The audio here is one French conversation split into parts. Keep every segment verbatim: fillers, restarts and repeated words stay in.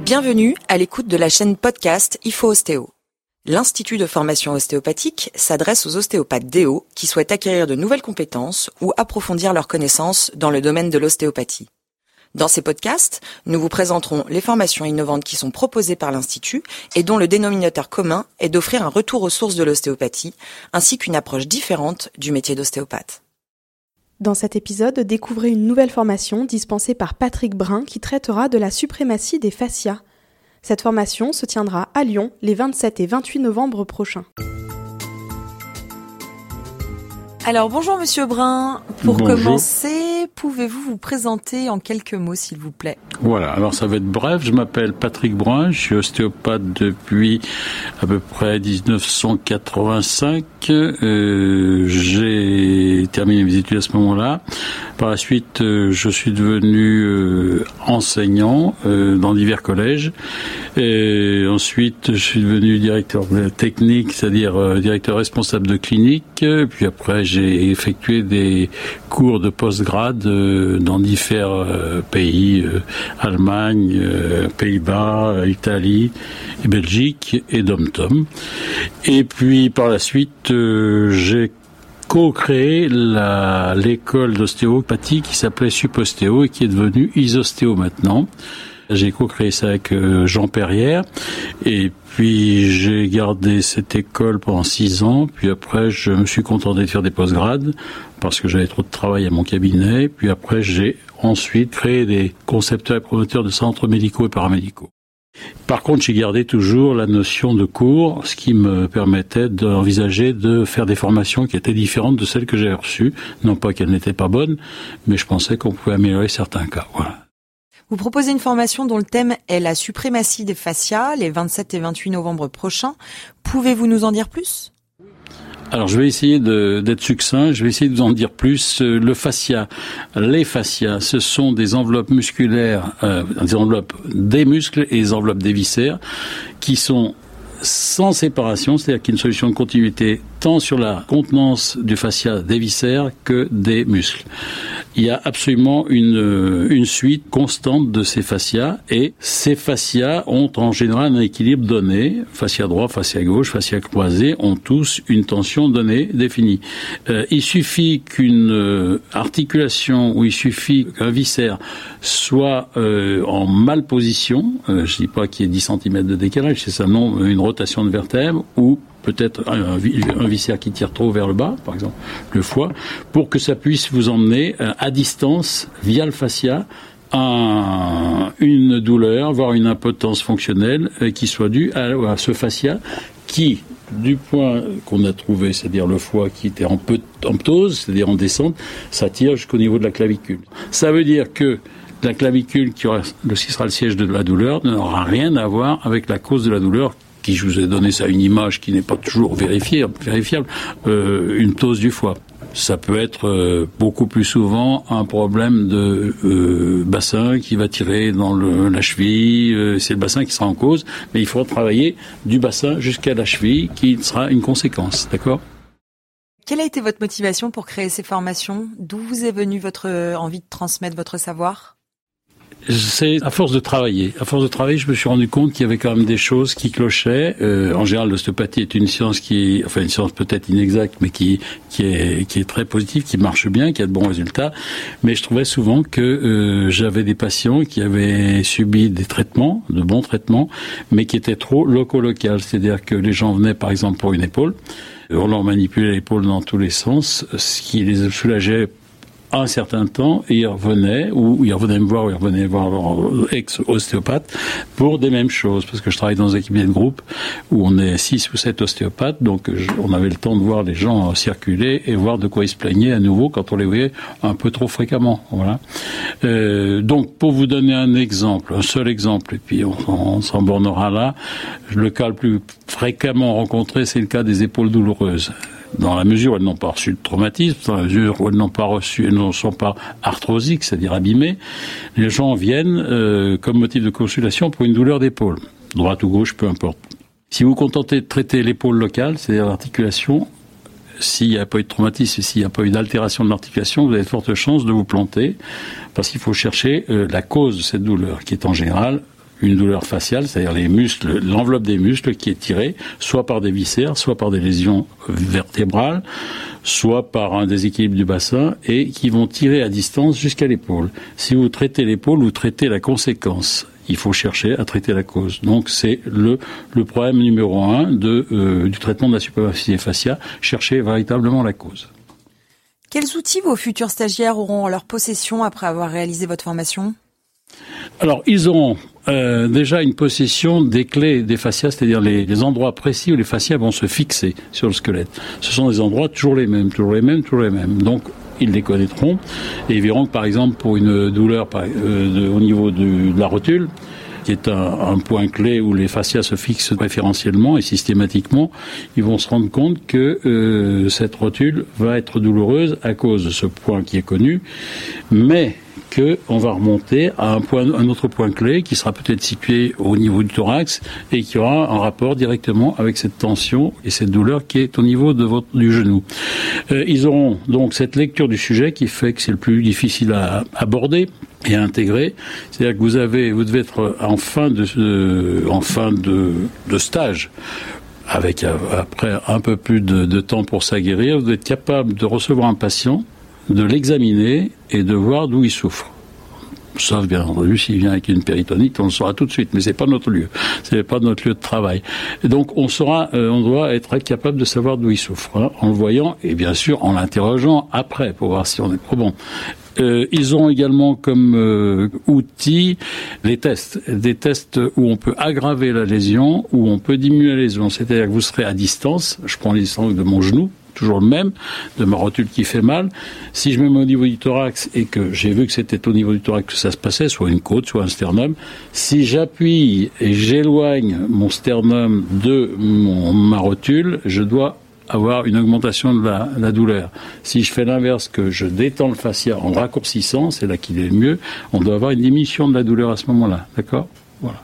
Bienvenue à l'écoute de la chaîne podcast I F O Ostéo. L'Institut de formation ostéopathique s'adresse aux ostéopathes D O qui souhaitent acquérir de nouvelles compétences ou approfondir leurs connaissances dans le domaine de l'ostéopathie. Dans ces podcasts, nous vous présenterons les formations innovantes qui sont proposées par l'Institut et dont le dénominateur commun est d'offrir un retour aux sources de l'ostéopathie, ainsi qu'une approche différente du métier d'ostéopathe. Dans cet épisode, découvrez une nouvelle formation dispensée par Patrick Brun qui traitera de la suprématie des fascias. Cette formation se tiendra à Lyon les vingt-sept et vingt-huit novembre prochains. Alors bonjour Monsieur Brun, pour Bonjour. commencer, pouvez-vous vous présenter en quelques mots s'il vous plaît ? Voilà, alors ça va être bref, je m'appelle Patrick Brun, je suis ostéopathe depuis à peu près dix-neuf cent quatre-vingt-cinq, euh, j'ai terminé mes études à ce moment-là. Par la suite, euh, je suis devenu euh, enseignant euh, dans divers collèges, et ensuite je suis devenu directeur technique, c'est-à-dire euh, directeur responsable de clinique, puis après j'ai effectué des cours de post-grade euh, dans différents euh, pays, euh, Allemagne, euh, Pays-Bas, Italie, et Belgique et dom-tom. Et puis par la suite, euh, j'ai co-créé la, l'école d'ostéopathie qui s'appelait Suppostéo et qui est devenue Isostéo maintenant. J'ai co-créé ça avec euh, Jean Perrière et puis j'ai gardé cette école pendant six ans. Puis après, je me suis contenté de faire des post-grades parce que j'avais trop de travail à mon cabinet. Puis après, j'ai ensuite créé des concepteurs et promoteurs de centres médicaux et paramédicaux. Par contre, j'ai gardé toujours la notion de cours, ce qui me permettait d'envisager de faire des formations qui étaient différentes de celles que j'avais reçues. Non pas qu'elles n'étaient pas bonnes, mais je pensais qu'on pouvait améliorer certains cas. Voilà. Vous proposez une formation dont le thème est la suprématie des fascias, les vingt-sept et vingt-huit novembre prochains. Pouvez-vous nous en dire plus ? Alors, je vais essayer de, d'être succinct, je vais essayer de vous en dire plus. Le fascia, les fascias, ce sont des enveloppes musculaires, euh, des enveloppes des muscles et des enveloppes des viscères qui sont sans séparation, c'est-à-dire qu'il y a une solution de continuité tant sur la contenance du fascia des viscères que des muscles. Il y a absolument une, une suite constante de ces fascias et ces fascias ont en général un équilibre donné. Fascia droit, fascia gauche, fascia croisé ont tous une tension donnée, définie. Euh, il suffit qu'une euh, articulation ou il suffit qu'un viscère soit euh, en malposition, euh, je ne dis pas qu'il y ait dix centimètres de décalage, c'est simplement une rotation de vertèbre ou peut-être un, un, un viscère qui tire trop vers le bas, par exemple le foie, pour que ça puisse vous emmener euh, à distance, via le fascia, un, une douleur, voire une impotence fonctionnelle euh, qui soit due à, à ce fascia qui, du point qu'on a trouvé, c'est-à-dire le foie qui était en, peu, en ptose, c'est-à-dire en descente, ça tire jusqu'au niveau de la clavicule. Ça veut dire que la clavicule, qui, aura, qui sera le siège de la douleur, n'aura rien à voir avec la cause de la douleur, qui je vous ai donné ça une image qui n'est pas toujours vérifiable, vérifiable euh, une ptose du foie. Ça peut être euh, beaucoup plus souvent un problème de euh, bassin qui va tirer dans le, la cheville, euh, c'est le bassin qui sera en cause, mais il faudra travailler du bassin jusqu'à la cheville qui sera une conséquence, d'accord ? Quelle a été votre motivation pour créer ces formations ? D'où vous est venue votre envie de transmettre votre savoir ? C'est à force de travailler. À force de travailler, je me suis rendu compte qu'il y avait quand même des choses qui clochaient. Euh, en général, l'ostéopathie est une science qui est, enfin une science peut-être inexacte, mais qui qui est qui est très positive, qui marche bien, qui a de bons résultats. Mais je trouvais souvent que euh, j'avais des patients qui avaient subi des traitements, de bons traitements, mais qui étaient trop loco-locales. C'est-à-dire que les gens venaient, par exemple, pour une épaule, on leur manipulait l'épaule dans tous les sens, ce qui les soulageait un certain temps, et ils revenaient, ou ils revenaient me voir, ou ils revenaient voir leur ex-ostéopathe pour des mêmes choses, parce que je travaille dans un cabinet de groupe où on est six ou sept ostéopathes, donc je, on avait le temps de voir les gens circuler et voir de quoi ils se plaignaient à nouveau quand on les voyait un peu trop fréquemment. Voilà. Euh, donc, pour vous donner un exemple, un seul exemple, et puis on, on s'en bornera là, le cas le plus fréquemment rencontré, c'est le cas des épaules douloureuses. Dans la mesure où elles n'ont pas reçu de traumatisme, dans la mesure où elles n'ont pas reçu, elles ne sont pas arthrosiques, c'est-à-dire abîmées, les gens viennent euh, comme motif de consultation pour une douleur d'épaule, droite ou gauche, peu importe. Si vous vous contentez de traiter l'épaule locale, c'est-à-dire l'articulation, s'il n'y a pas eu de traumatisme et s'il n'y a pas eu d'altération de l'articulation, vous avez de fortes chances de vous planter, parce qu'il faut chercher euh, la cause de cette douleur, qui est en général une douleur faciale, c'est-à-dire les muscles, l'enveloppe des muscles qui est tirée, soit par des viscères, soit par des lésions vertébrales, soit par un déséquilibre du bassin, et qui vont tirer à distance jusqu'à l'épaule. Si vous traitez l'épaule, vous traitez la conséquence. Il faut chercher à traiter la cause. Donc c'est le, le problème numéro un de, euh, du traitement de la suprématie des fascias, chercher véritablement la cause. Quels outils vos futurs stagiaires auront en leur possession après avoir réalisé votre formation ? Alors, ils auront euh, déjà une possession des clés des fascias, c'est-à-dire les, les endroits précis où les fascias vont se fixer sur le squelette. Ce sont des endroits toujours les mêmes, toujours les mêmes, toujours les mêmes. Donc, ils les connaîtront et ils verront que, par exemple, pour une douleur par, euh, de, au niveau de, de la rotule, qui est un, un point clé où les fascias se fixent préférentiellement et systématiquement, ils vont se rendre compte que euh, cette rotule va être douloureuse à cause de ce point qui est connu, mais qu'on va remonter à un, point, un autre point clé qui sera peut-être situé au niveau du thorax et qui aura un rapport directement avec cette tension et cette douleur qui est au niveau de votre, du genou. Euh, ils auront donc cette lecture du sujet qui fait que c'est le plus difficile à aborder et à intégrer. C'est-à-dire que vous avez, vous devez être en fin de, euh, en fin de, de stage, avec après un peu plus de, de temps pour s'aguerrir. Vous êtes capable de recevoir un patient, de l'examiner et de voir d'où il souffre. Sauf bien entendu s'il vient avec une péritonite, on le saura tout de suite, mais c'est pas notre lieu, c'est pas notre lieu de travail. Et donc on saura, euh, on doit être capable de savoir d'où il souffre, hein, en le voyant et bien sûr en l'interrogeant après pour voir si on est probant. Euh, ils ont également comme euh, outil les tests, des tests où on peut aggraver la lésion, où on peut diminuer la lésion. C'est-à-dire que vous serez à distance, je prends les distances de mon genou, toujours le même, de ma rotule qui fait mal. Si je me mets au niveau du thorax et que j'ai vu que c'était au niveau du thorax que ça se passait, soit une côte, soit un sternum, si j'appuie et j'éloigne mon sternum de mon, ma rotule, je dois avoir une augmentation de la, la douleur. Si je fais l'inverse, que je détends le fascia en raccourcissant, c'est là qu'il est le mieux, on doit avoir une diminution de la douleur à ce moment-là. D'accord ? Voilà.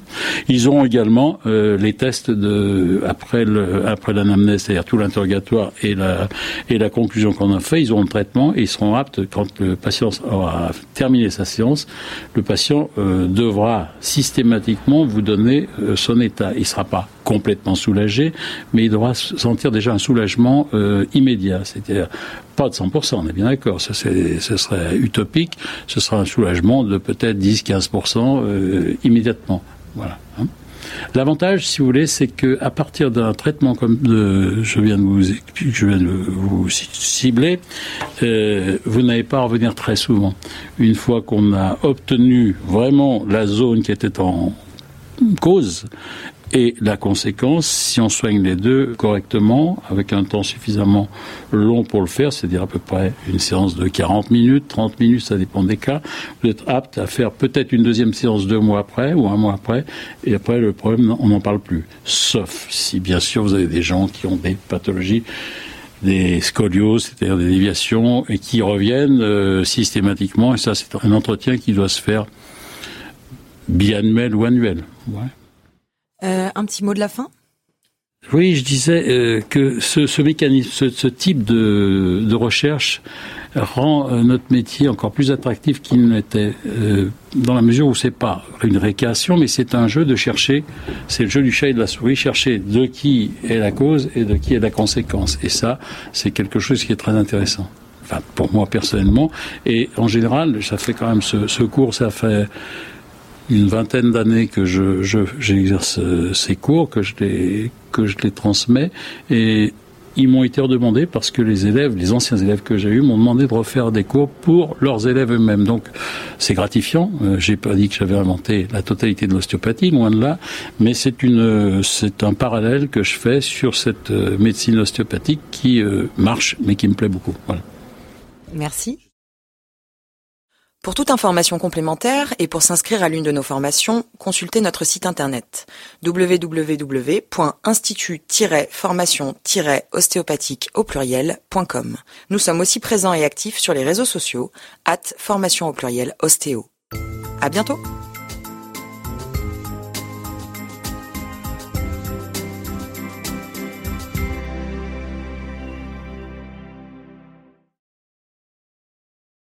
Ils auront également euh, les tests de après le après l'anamnèse, c'est-à-dire tout l'interrogatoire et la et la conclusion qu'on a fait. Ils auront le traitement et ils seront aptes quand le patient aura terminé sa séance. Le patient euh, devra systématiquement vous donner euh, son état. Il sera pas complètement soulagé, mais il devra sentir déjà un soulagement euh, immédiat, c'est-à-dire pas de cent pour cent, on est bien d'accord, ça c'est, ce serait utopique, ce sera un soulagement de peut-être dix à quinze pour cent euh, immédiatement. Voilà. Hein. L'avantage, si vous voulez, c'est que à partir d'un traitement comme de, je viens de vous, je viens de vous cibler, euh, vous n'avez pas à revenir très souvent. Une fois qu'on a obtenu vraiment la zone qui était en cause, et la conséquence, si on soigne les deux correctement, avec un temps suffisamment long pour le faire, c'est-à-dire à peu près une séance de quarante minutes, trente minutes, ça dépend des cas, vous êtes apte à faire peut-être une deuxième séance deux mois après ou un mois après, et après le problème, on n'en parle plus. Sauf si, bien sûr, vous avez des gens qui ont des pathologies, des scolioses, c'est-à-dire des déviations, et qui reviennent euh, systématiquement, et ça, c'est un entretien qui doit se faire biannuel ou annuel. Ouais. Euh, un petit mot de la fin ? Oui, je disais euh, que ce, ce mécanisme, ce, ce type de, de recherche rend euh, notre métier encore plus attractif qu'il ne l'était, euh, dans la mesure où c'est pas une récréation, mais c'est un jeu de chercher, c'est le jeu du chat et de la souris, chercher de qui est la cause et de qui est la conséquence. Et ça, c'est quelque chose qui est très intéressant. Enfin, pour moi personnellement. Et en général, ça fait quand même ce, ce cours, ça fait une vingtaine d'années que je, je j'exerce ces cours, que je les que je les transmets, et ils m'ont été redemandés parce que les élèves, les anciens élèves que j'ai eus, m'ont demandé de refaire des cours pour leurs élèves eux-mêmes. Donc c'est gratifiant. Euh, j'ai pas dit que j'avais inventé la totalité de l'ostéopathie, loin de là, mais c'est une c'est un parallèle que je fais sur cette euh, médecine ostéopathique qui euh, marche, mais qui me plaît beaucoup. Voilà. Merci. Pour toute information complémentaire et pour s'inscrire à l'une de nos formations, consultez notre site internet w w w point institut tiret formation tiret ostéopathique au pluriel point com. Nous sommes aussi présents et actifs sur les réseaux sociaux, arobase formation au pluriel ostéo. À bientôt!